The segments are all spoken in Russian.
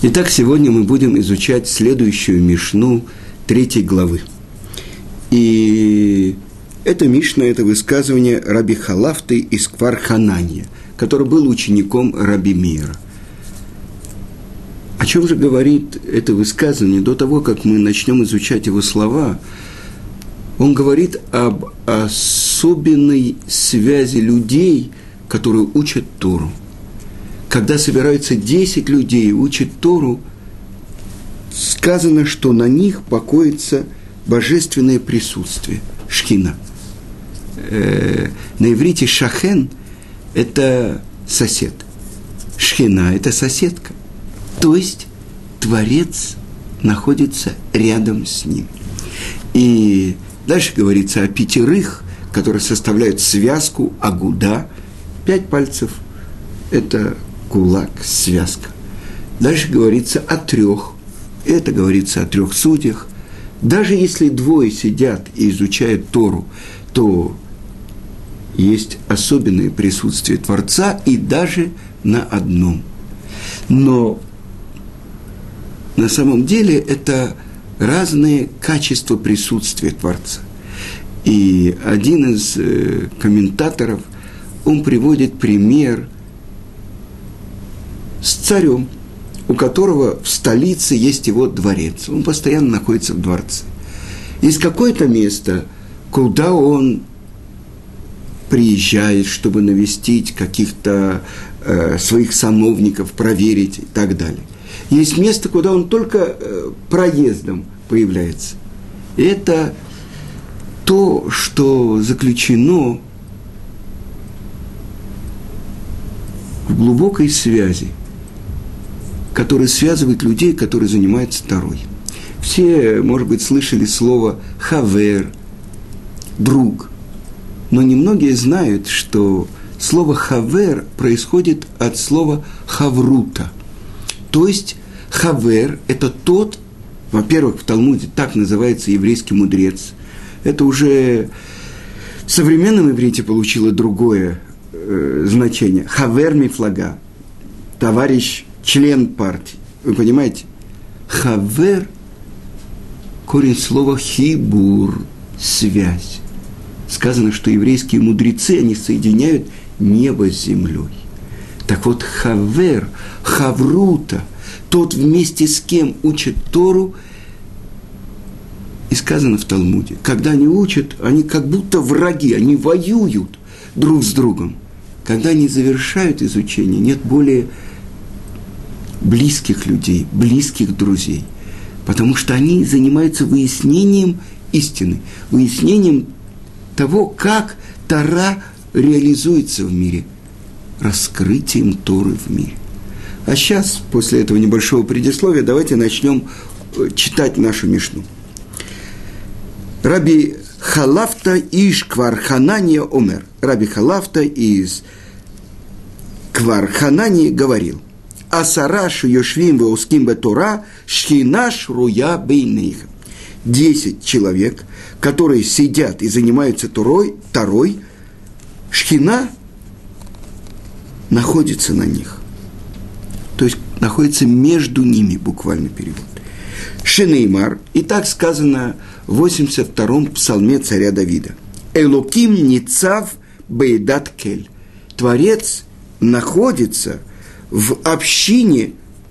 Итак, сегодня мы будем изучать следующую мишну 3 главы. И эта мишна – это высказывание Раби Халафты из Кфар-Хананья, который был учеником Раби Меира. О чем же говорит это высказывание? До того, как мы начнем изучать его слова, он говорит об особенной связи людей, которые учат Тору. Когда собираются 10 людей и учат Тору, сказано, что на них покоится божественное присутствие, шхина. На иврите шахен – это сосед, шхина – это соседка. То есть Творец находится рядом с ним. И дальше говорится о 5, которые составляют связку агуда. 5 пальцев – это кулак, связка. Дальше говорится о 3. Это говорится о 3 судьях. Даже если 2 сидят и изучают Тору, то есть особенное присутствие Творца и даже на одном. Но на самом деле это разные качества присутствия Творца. И один из комментаторов, он приводит пример с царем, у которого в столице есть его дворец. Он постоянно находится в дворце. Есть какое-то место, куда он приезжает, чтобы навестить каких-то своих сановников, проверить и так далее. Есть место, куда он только проездом появляется. И это то, что заключено в глубокой связи, которая связывает людей, которые занимаются Торой. Все, может быть, слышали слово «хавер», «друг». Но немногие знают, что слово «хавер» происходит от слова «хаврута». То есть хавер – это тот, во-первых, в Талмуде так называется еврейский мудрец. Это уже в современном иврите получило другое значение. Хавер мифлага – товарищ, член партии. Вы понимаете? Хавер – корень слова хибур – связь. Сказано, что еврейские мудрецы, они соединяют небо с землей. Так вот, хавер, хаврута, тот, вместе с кем учат Тору, и сказано в Талмуде, когда они учат, они как будто враги, они воюют друг с другом. Когда они завершают изучение, нет более близких людей, близких друзей, потому что они занимаются выяснением истины, выяснением того, как Тора реализуется в мире, раскрытием Торы в мире. А сейчас, после этого небольшого предисловия, давайте начнем читать нашу мишну. Раби Халафта иш Квар-Хананья омер. Раби Халафта из Квар-Хананьи говорил: «Асарашу йошвим веуским бе-Тора, шхина шруя бейнейхем». 10 человек, которые сидят и занимаются Торой, шхина находится на них. То есть находится между ними, буквально перевод. Шинеймар, и так сказано в 82-м псалме царя Давида. Элоким ницав бейдат кель. Творец находится в общине.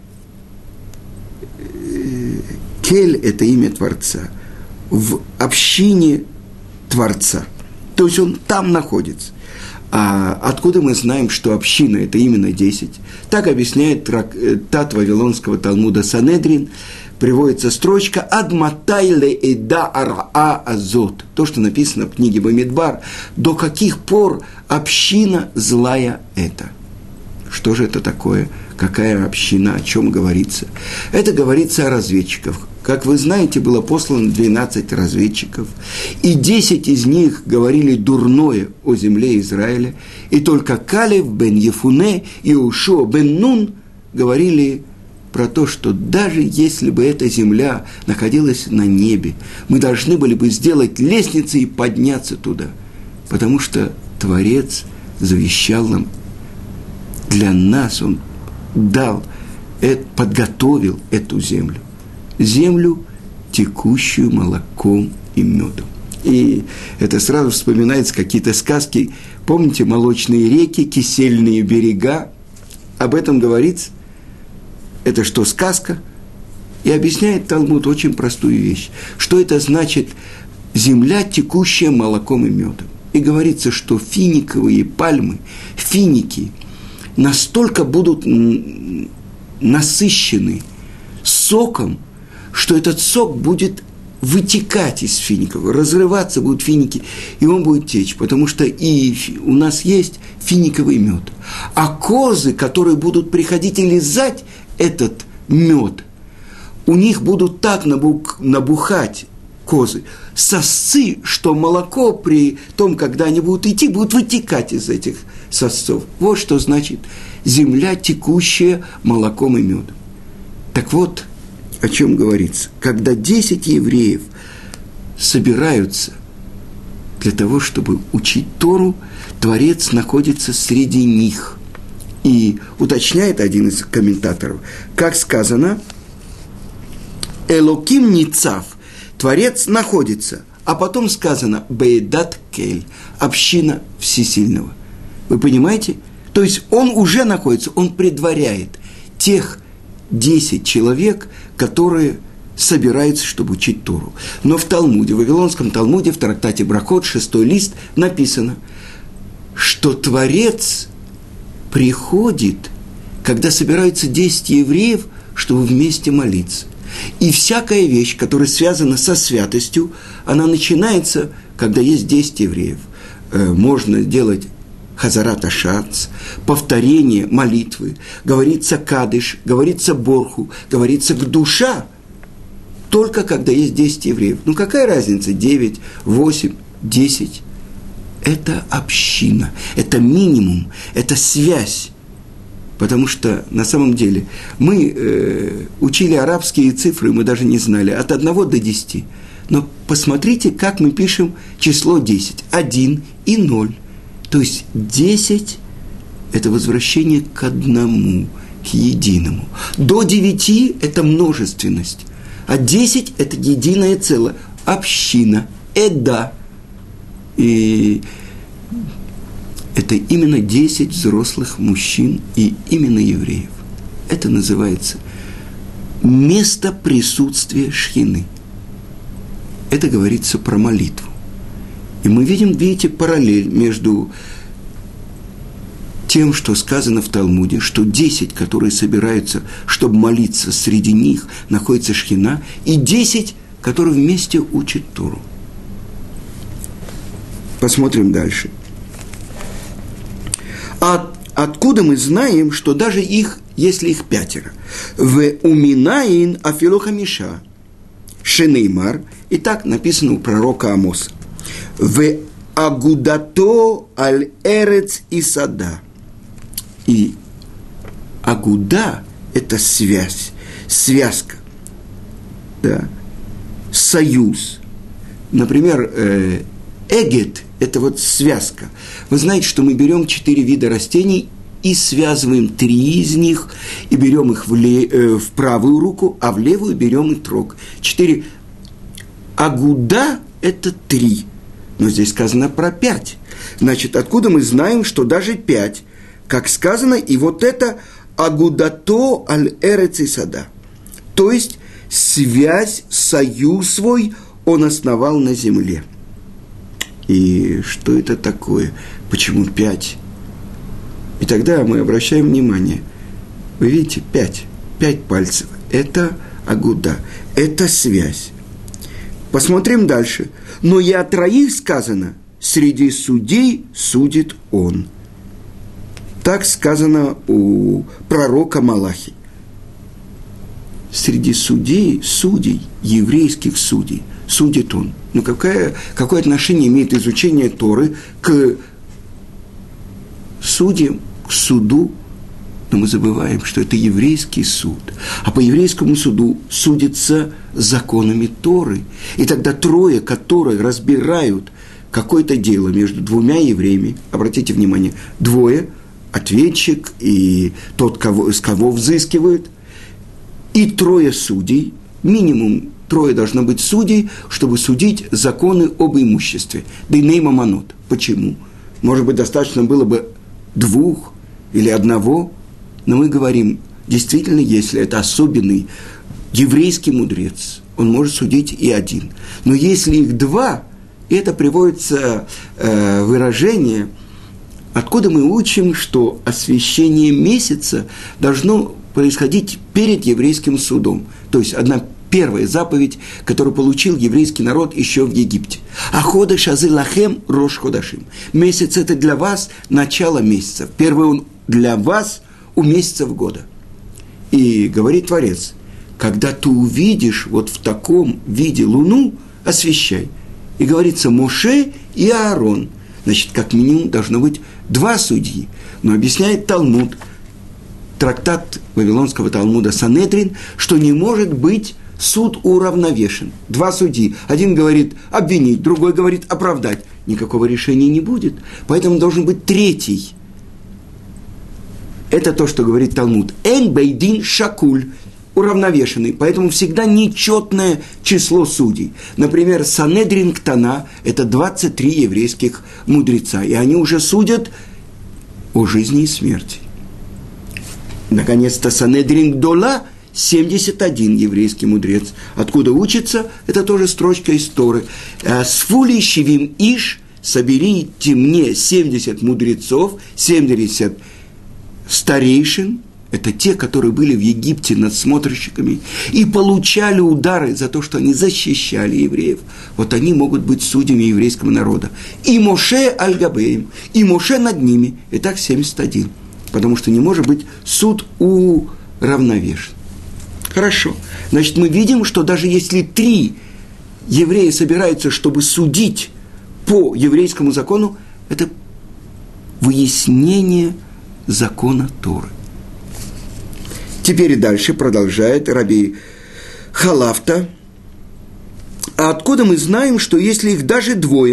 Кель – это имя Творца. В общине Творца. То есть он там находится. А откуда мы знаем, что община – это именно 10? Так объясняет трактат Вавилонского Талмуда Санедрин. Приводится строчка «Адматай леэда араа азот». То, что написано в книге Бамидбар. До каких пор община злая это? Что же это такое? Какая община? О чем говорится? Это говорится о разведчиках. Как вы знаете, было послано 12 разведчиков, и 10 из них говорили дурное о земле Израиля, и только Калев бен Ефуне и Иошуа бен Нун говорили про то, что даже если бы эта земля находилась на небе, мы должны были бы сделать лестницы и подняться туда, потому что Творец завещал нам, для нас Он дал подготовил эту землю. Землю, текущую молоком и медом. И это сразу вспоминается какие-то сказки. Помните, молочные реки, кисельные берега? Об этом говорится. Это что, сказка? И объясняет Талмуд очень простую вещь. Что это значит земля, текущая молоком и медом? И говорится, что финиковые пальмы, финики, настолько будут насыщены соком, что этот сок будет вытекать из фиников, разрываться будут финики, и он будет течь, потому что и у нас есть финиковый мед. А козы, которые будут приходить и лизать этот мед, у них будут так набухать козы, сосцы, что молоко при том, когда они будут идти, будет вытекать из этих сосцов. Вот что значит земля, текущая молоком и медом. Так вот, о чем говорится. Когда 10 евреев собираются для того, чтобы учить Тору, Творец находится среди них. И уточняет один из комментаторов, как сказано, «Элоким ницав», Творец находится, а потом сказано «Бейдат кель», община всесильного. Вы понимаете? То есть он уже находится, он предваряет тех 10 человек, которые собираются, чтобы учить Тору. Но в Талмуде, в Вавилонском Талмуде, в трактате Брахот, 6 лист, написано, что Творец приходит, когда собираются 10 евреев, чтобы вместе молиться. И всякая вещь, которая связана со святостью, она начинается, когда есть 10 евреев. Можно делать хазарат ашац, повторение молитвы, говорится кадыш, говорится борху, говорится гдуша, только когда есть 10 евреев. Ну какая разница, 9, 8, 10? Это община, это минимум, это связь. Потому что на самом деле мы учили арабские цифры, мы даже не знали, от 1 до 10. Но посмотрите, как мы пишем число 10. 1 и 0. То есть 10 – это возвращение к одному, к единому. До 9 – это множественность. А 10 – это единое целое, община, эда. И это именно 10 взрослых мужчин и именно евреев. Это называется место присутствия шхины. Это говорится про молитву. И мы видите, параллель между тем, что сказано в Талмуде, что 10, которые собираются, чтобы молиться, среди них находится шхина, и 10, которые вместе учат Тору. Посмотрим дальше. Откуда мы знаем, что даже их, если их 5, в уминаин афилоха миша, шенеймар, и так написано у пророка Амоса, в агудато аль эрец и сада. И агуда – это связь, связка, да, союз. Например, эгет – это вот связка. Вы знаете, что мы берем 4 вида растений и связываем 3 из них, и берем их в правую руку, а в левую берем и трог. 4. Агуда – это 3. Но здесь сказано про 5. Значит, откуда мы знаем, что даже 5, как сказано, и вот это агудато аль эрец и сада. То есть, связь, союз свой он основал на земле. И что это такое? Почему 5? И тогда мы обращаем внимание. Вы видите, 5 пальцев. Это агуда, это связь. Посмотрим дальше. Но и о 3 сказано, среди судей судит он. Так сказано у пророка Малахи. Среди судей, еврейских судей, судит он. Но какое отношение имеет изучение Торы к судьям, к суду? Но мы забываем, что это еврейский суд. А по еврейскому суду судятся законами Торы. И тогда 3, которые разбирают какое-то дело между 2 евреями, обратите внимание, 2 ответчик и тот, с кого взыскивают, и 3 судей, минимум 3 должно быть судей, чтобы судить законы об имуществе. Дейней мамонот. Почему? Может быть, достаточно было бы 2 или 1, но мы говорим, действительно, если это особенный еврейский мудрец, он может судить и 1. Но если их 2, это приводится выражение, откуда мы учим, что освящение месяца должно происходить перед еврейским судом. То есть первая заповедь, которую получил еврейский народ еще в Египте. «Аходеш азы лахем рош ходашим». Месяц – это для вас начало месяца. Первый он для вас у месяцев года. И говорит Творец, когда ты увидишь вот в таком виде луну, освящай. И говорится Моше и Аарон. Значит, как минимум должно быть 2 судьи. Но объясняет Талмуд, трактат Вавилонского Талмуда Санедрин, что не может быть суд уравновешен. 2 судьи. Один говорит обвинить, другой говорит оправдать. Никакого решения не будет. Поэтому должен быть 3. Это то, что говорит Талмуд. Эн бейдин шакуль. Уравновешенный. Поэтому всегда нечетное число судей. Например, Санедрин Ктана – это 23 еврейских мудреца. И они уже судят о жизни и смерти. Наконец-то Санедрин Гдола – 71 еврейский мудрец. Откуда учится? Это тоже строчка из Торы. «Сфули щевим иш» – соберите мне 70 мудрецов, 70 старейшин. Это те, которые были в Египте надсмотрщиками и получали удары за то, что они защищали евреев. Вот они могут быть судьями еврейского народа. И Моше аль-Габеем, и Моше над ними. Итак, 71. Потому что не может быть суд уравновешен. Хорошо. Значит, мы видим, что даже если 3 еврея собираются, чтобы судить по еврейскому закону, это выяснение закона Торы. Теперь и дальше продолжает Раби Халафта. А откуда мы знаем, что если их даже 2,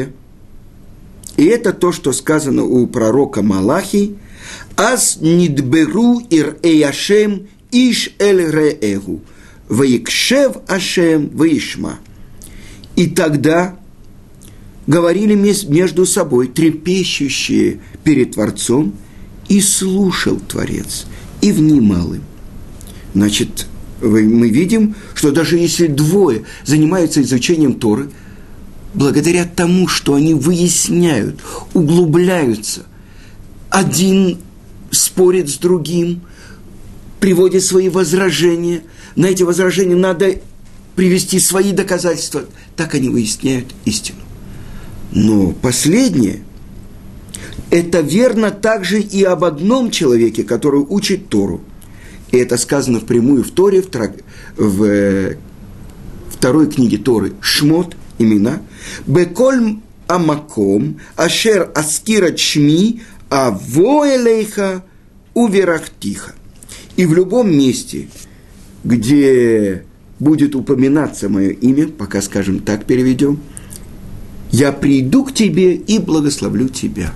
и это то, что сказано у пророка Малахи, «Аз нидберу ир эяшем иш эль реэгу, ваикшев ашем ваишма». И тогда говорили между собой трепещущие перед Творцом, и слушал Творец, и внимал им. Значит, мы видим, что даже если 2 занимаются изучением Торы, благодаря тому, что они выясняют, углубляются, один спорит с другим, приводит свои возражения, на эти возражения надо привести свои доказательства, так они выясняют истину. Но последнее, это верно также и об одном человеке, который учит Тору. И это сказано впрямую в Торе, в 2 книге Торы, Шмот, имена. «Беколь амаком, ашер аскира чми, аво элейха уверахтиха». И в любом месте, где будет упоминаться мое имя, пока, скажем так, переведем, «Я приду к тебе и благословлю тебя».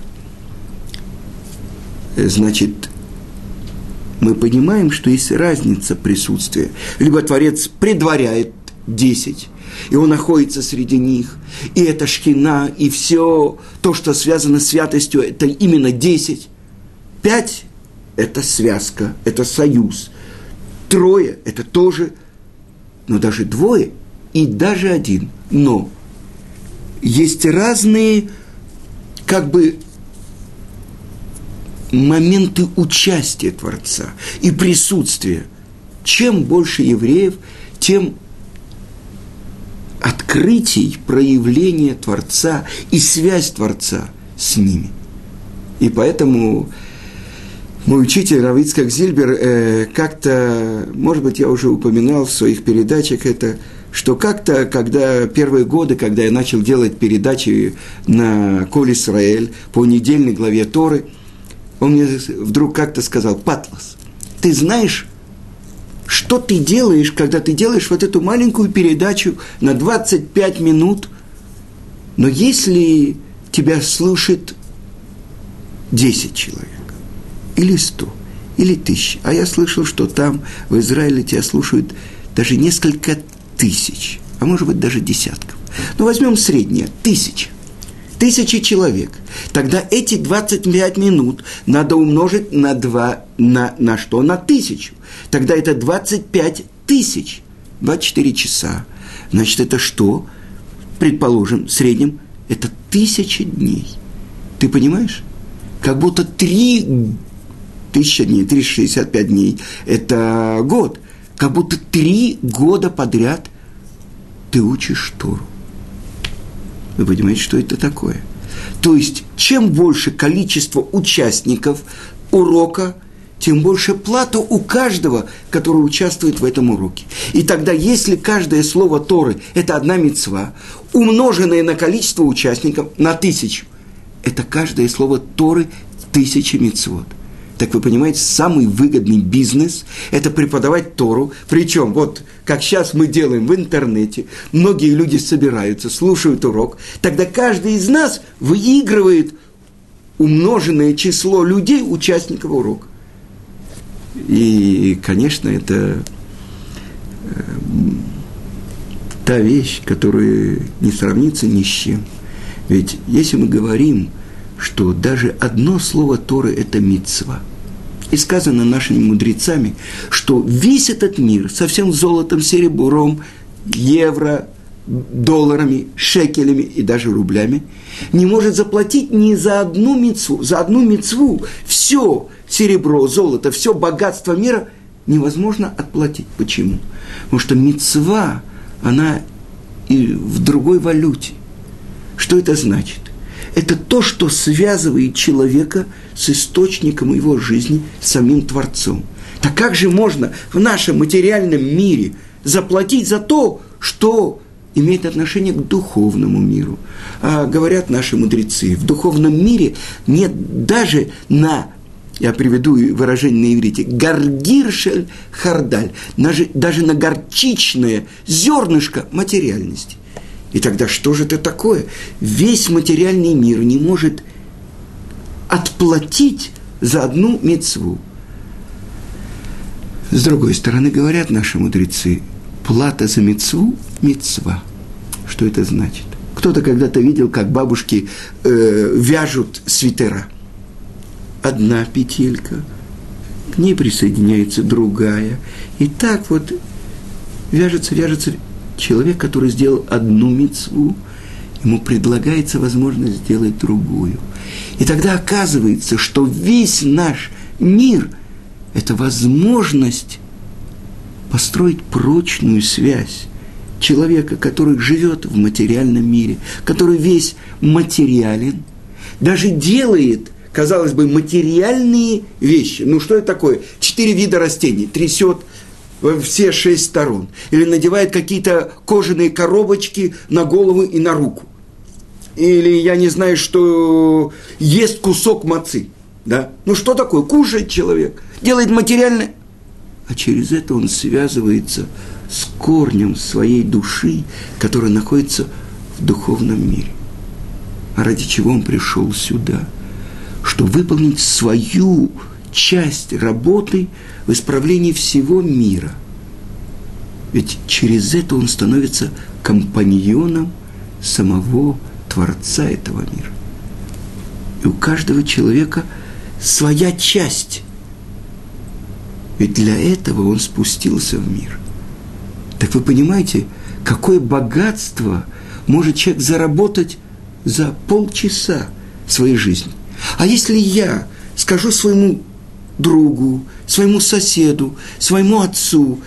Значит, мы понимаем, что есть разница присутствия. Либо Творец предваряет 10, и он находится среди них, и это шхина, и все то, что связано с святостью, это именно 10. 5 – это связка, это союз. 3 – это тоже, но даже 2 и даже 1. Но есть разные, как бы, моменты участия Творца и присутствия. Чем больше евреев, тем открытий, проявления Творца и связь Творца с ними. И поэтому мой учитель Рав Ицхак Зильбер как-то, может быть, я уже упоминал в своих передачах это, что как-то, когда первые годы, когда я начал делать передачи на Коль Исраэль по недельной главе Торы, он мне вдруг как-то сказал: «Патлас, ты знаешь, что ты делаешь, когда ты делаешь вот эту маленькую передачу на 25 минут, но если тебя слушает 10 человек, или 100, или 1000. А я слышал, что там, в Израиле, тебя слушают даже несколько тысяч, а может быть, даже десятков. Но возьмем среднее, 1000. 1000 человек. Тогда эти 25 минут надо умножить на 2, на что? На 1000. Тогда это 25 тысяч. 24 часа. Значит, это что? Предположим, в среднем это 1000 дней. Ты понимаешь? Как будто 3000 дней, 365 дней – это год. Как будто 3 года подряд ты учишь Тору. Вы понимаете, что это такое? То есть, чем больше количество участников урока, тем больше плата у каждого, который участвует в этом уроке. И тогда, если каждое слово Торы – это одна мицва, умноженное на количество участников на 1000, это каждое слово Торы 1000 мицвот. Так вы понимаете, самый выгодный бизнес – это преподавать Тору. Причем, вот как сейчас мы делаем в интернете, многие люди собираются, слушают урок, тогда каждый из нас выигрывает умноженное число людей, участников урока. И, конечно, это та вещь, которая не сравнится ни с чем. Ведь если мы говорим, что даже одно слово Торы – это мицва. И сказано нашими мудрецами, что весь этот мир со всем золотом, серебром, евро, долларами, шекелями и даже рублями не может заплатить ни за одну мицву. За одну мицву все серебро, золото, все богатство мира невозможно отплатить. Почему? Потому что мицва, она и в другой валюте. Что это значит? Это то, что связывает человека с источником его жизни, с самим Творцом. Так как же можно в нашем материальном мире заплатить за то, что имеет отношение к духовному миру? А говорят наши мудрецы, в духовном мире нет даже на, я приведу выражение на иврите, гаргиршель хардаль, даже на горчичное зернышко материальности. И тогда что же это такое? Весь материальный мир не может отплатить за одну мицву. С другой стороны, говорят наши мудрецы, плата за мицву – мицва. Что это значит? Кто-то когда-то видел, как бабушки вяжут свитера. Одна петелька, к ней присоединяется другая. И так вот вяжется. Человек, который сделал одну мицву, ему предлагается возможность сделать другую. И тогда оказывается, что весь наш мир – это возможность построить прочную связь человека, который живет в материальном мире, который весь материален, даже делает, казалось бы, материальные вещи. Ну, что это такое? 4 вида растений, трясет во все 6 сторон. Или надевает какие-то кожаные коробочки на голову и на руку. Или, я не знаю, что ест кусок мацы. Да? Ну, что такое? Кушает человек, делает материальное. А через это он связывается с корнем своей души, которая находится в духовном мире. А ради чего он пришел сюда? Чтобы выполнить свою часть работы в исправлении всего мира. Ведь через это он становится компаньоном самого Творца этого мира. И у каждого человека своя часть. Ведь для этого он спустился в мир. Так вы понимаете, какое богатство может человек заработать за полчаса своей жизни? А если я скажу своему другу, своему соседу, своему отцу,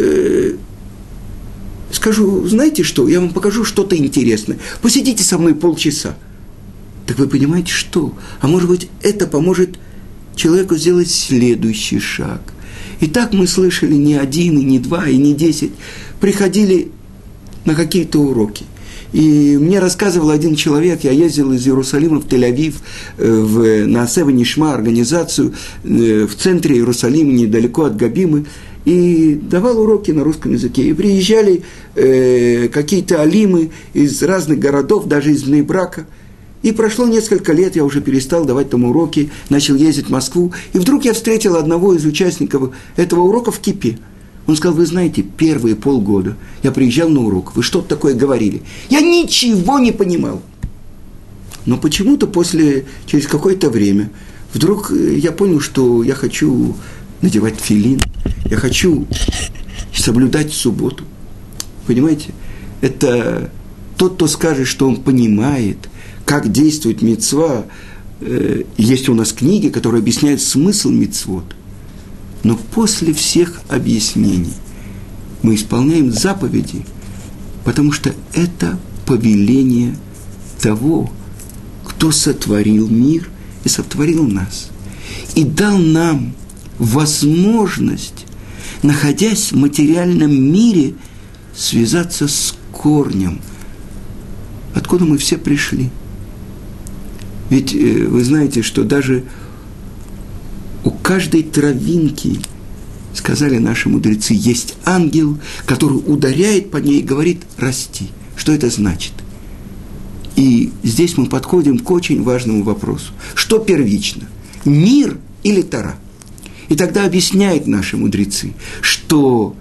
скажу, знаете что, я вам покажу что-то интересное, посидите со мной полчаса. Так вы понимаете, что? А может быть, это поможет человеку сделать следующий шаг. И так мы слышали не 1, и не 2, и не 10. Приходили на какие-то уроки. И мне рассказывал один человек, я ездил из Иерусалима в Тель-Авив, на Сева Нишма организацию в центре Иерусалима, недалеко от Габимы, и давал уроки на русском языке. И приезжали какие-то алимы из разных городов, даже из Бней-Брака. И прошло несколько лет, я уже перестал давать там уроки, начал ездить в Москву. И вдруг я встретил одного из участников этого урока в кипе. Он сказал: вы знаете, первые полгода я приезжал на урок, вы что-то такое говорили. Я ничего не понимал. Но почему-то через какое-то время, вдруг я понял, что я хочу надевать тфилин, я хочу соблюдать субботу. Понимаете? Это тот, кто скажет, что он понимает, как действует мицва. Есть у нас книги, которые объясняют смысл мицвот. Но после всех объяснений мы исполняем заповеди, потому что это повеление того, кто сотворил мир и сотворил нас. И дал нам возможность, находясь в материальном мире, связаться с корнем, откуда мы все пришли. Ведь вы знаете, что даже у каждой травинки, сказали наши мудрецы, есть ангел, который ударяет по ней и говорит: расти. Что это значит? И здесь мы подходим к очень важному вопросу. Что первично? Мир или Тора? И тогда объясняют наши мудрецы, что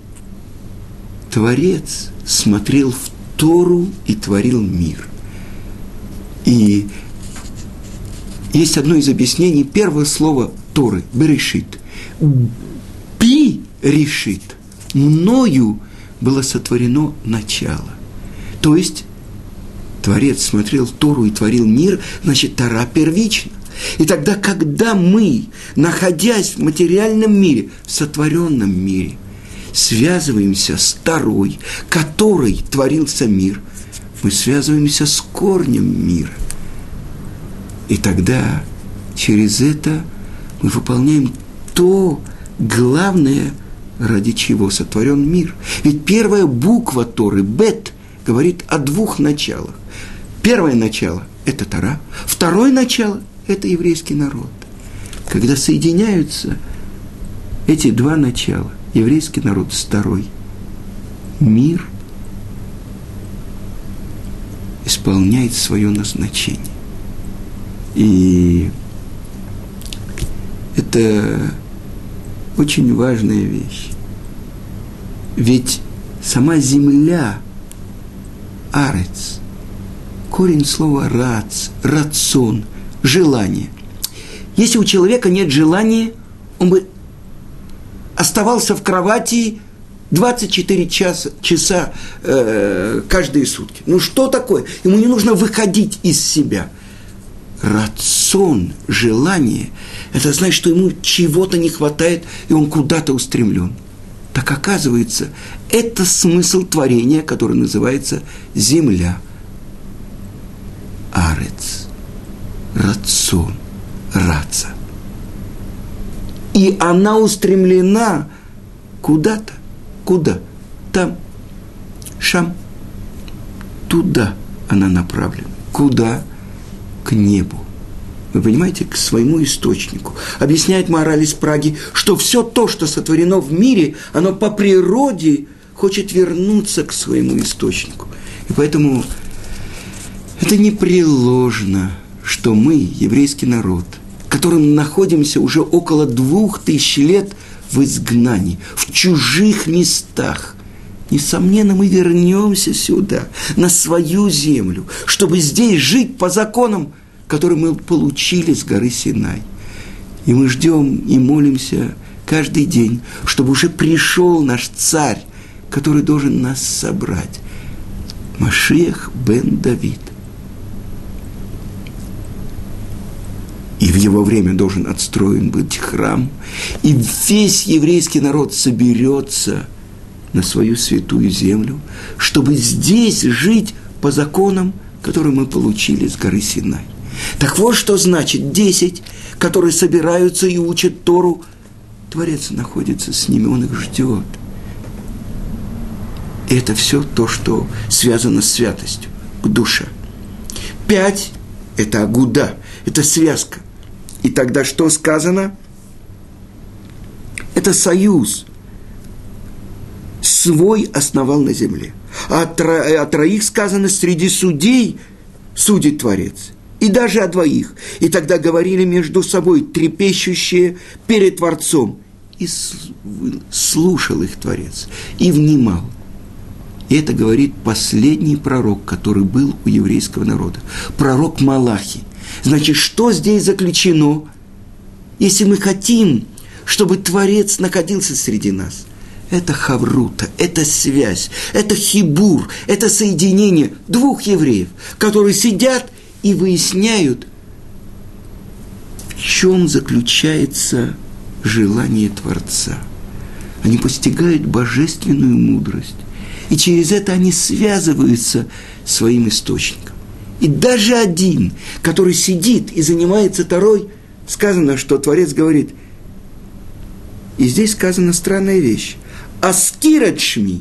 Творец смотрел в Тору и творил мир. И есть одно из объяснений, первое слово Торы – «берешит». «Би» решит. Мною было сотворено начало. То есть Творец смотрел Тору и творил мир, значит, Тора первична. И тогда, когда мы, находясь в материальном мире, в сотворенном мире, связываемся с Торой, которой творился мир, мы связываемся с корнем мира. И тогда через это мы выполняем то главное, ради чего сотворен мир. Ведь первая буква Торы, бет, говорит о двух началах. Первое начало – это Тора, второе начало – это еврейский народ. Когда соединяются эти два начала, еврейский народ с Торой, мир исполняет свое назначение. И это очень важная вещь. Ведь сама земля, арец, корень слова рац, рацион, желание. Если у человека нет желания, он бы оставался в кровати 24 часа каждые сутки. Ну что такое? Ему не нужно выходить из себя. Рацион, желание, это значит, что ему чего-то не хватает, и он куда-то устремлен. Так оказывается, это смысл творения, который называется земля. Арец, рацион, раца. И она устремлена куда-то. Куда? Там. Шам. Туда она направлена. Куда? К небу. Вы понимаете, к своему источнику. Объясняет мораль из Праги, что все то, что сотворено в мире, оно по природе хочет вернуться к своему источнику. И поэтому это непреложно, что мы, еврейский народ, которым находимся уже около 2000 лет в изгнании, в чужих местах, несомненно, мы вернемся сюда, на свою землю, чтобы здесь жить по законам, которые мы получили с горы Синай. И мы ждем и молимся каждый день, чтобы уже пришел наш царь, который должен нас собрать. Машиах бен Давид. И в его время должен отстроен быть храм. И весь еврейский народ соберется на свою святую землю, чтобы здесь жить по законам, которые мы получили с горы Синай. Так вот, что значит 10, которые собираются и учат Тору. Творец находится с ними, он их ждет. И это все то, что связано с святостью, к душе. 5 – это агуда, это связка. И тогда что сказано? Это союз. Свой основал на земле. А о троих сказано: среди судей судит Творец. И даже о двоих. И тогда говорили между собой, трепещущие перед Творцом. И слушал их Творец, и внимал. И это говорит последний пророк, который был у еврейского народа. Пророк Малахи. Значит, что здесь заключено? Если мы хотим, чтобы Творец находился среди нас, это хаврута, это связь, это хибур, это соединение двух евреев, которые сидят и выясняют, в чем заключается желание Творца. Они постигают божественную мудрость, и через это они связываются своим источником. И даже один, который сидит и занимается Торой, сказано, что Творец говорит, и здесь сказана странная вещь, «Аскират шми»,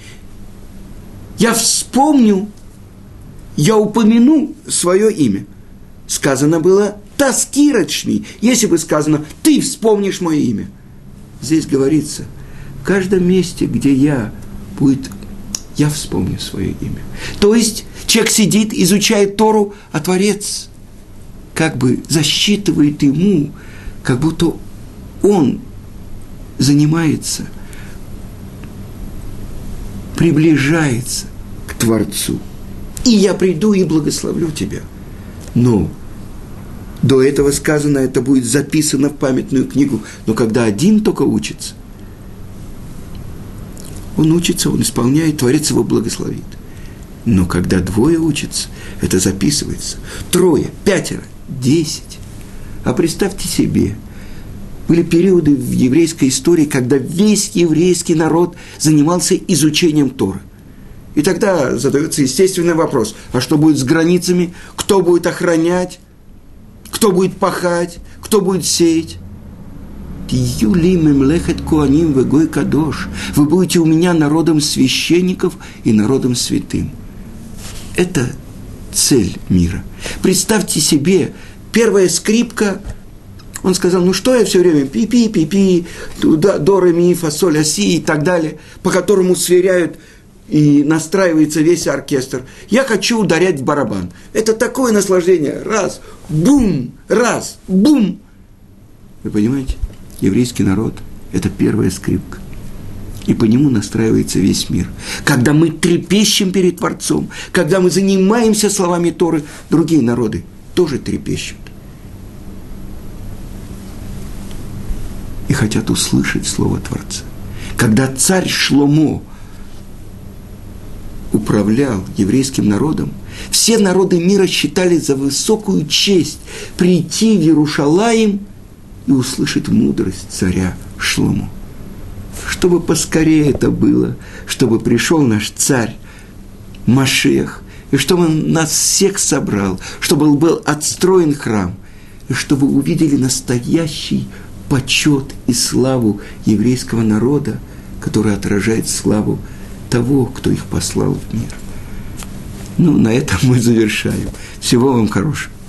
я вспомню, я упомяну свое имя. Сказано было «таскират шми», если бы сказано «ты вспомнишь мое имя». Здесь говорится, в каждом месте, где я вспомню свое имя. То есть человек сидит, изучает Тору, а Творец как бы засчитывает ему, как будто он занимается, приближается к Творцу. И я приду и благословлю тебя. Но до этого сказано, это будет записано в памятную книгу. Но когда один только учится, он учится, он исполняет, Творец его благословит. Но когда двое учатся, это записывается. 3, 5, 10. А представьте себе, были периоды в еврейской истории, когда весь еврейский народ занимался изучением Торы. И тогда задается естественный вопрос, а что будет с границами, кто будет охранять, кто будет пахать, кто будет сеять? Вы будете у меня народом священников и народом святым. Это цель мира. Представьте себе, первая скрипка, он сказал, ну что я все время пи-пи-пи-пи, до, ре, ми, фа, соль, а, си и так далее, по которому сверяют и настраивается весь оркестр. Я хочу ударять в барабан. Это такое наслаждение. Раз, бум, раз, бум. Вы понимаете? Еврейский народ – это первая скрипка. И по нему настраивается весь мир. Когда мы трепещем перед Творцом, когда мы занимаемся словами Торы, другие народы тоже трепещут. И хотят услышать слово Творца. Когда царь Шломо управлял еврейским народом, все народы мира считали за высокую честь прийти в Иерушалаим и услышать мудрость царя Шломо. Чтобы поскорее это было, чтобы пришел наш царь Машиах, и чтобы он нас всех собрал, чтобы был отстроен храм, и чтобы увидели настоящий почет и славу еврейского народа, который отражает славу того, кто их послал в мир. Ну, на этом мы завершаем. Всего вам хорошего.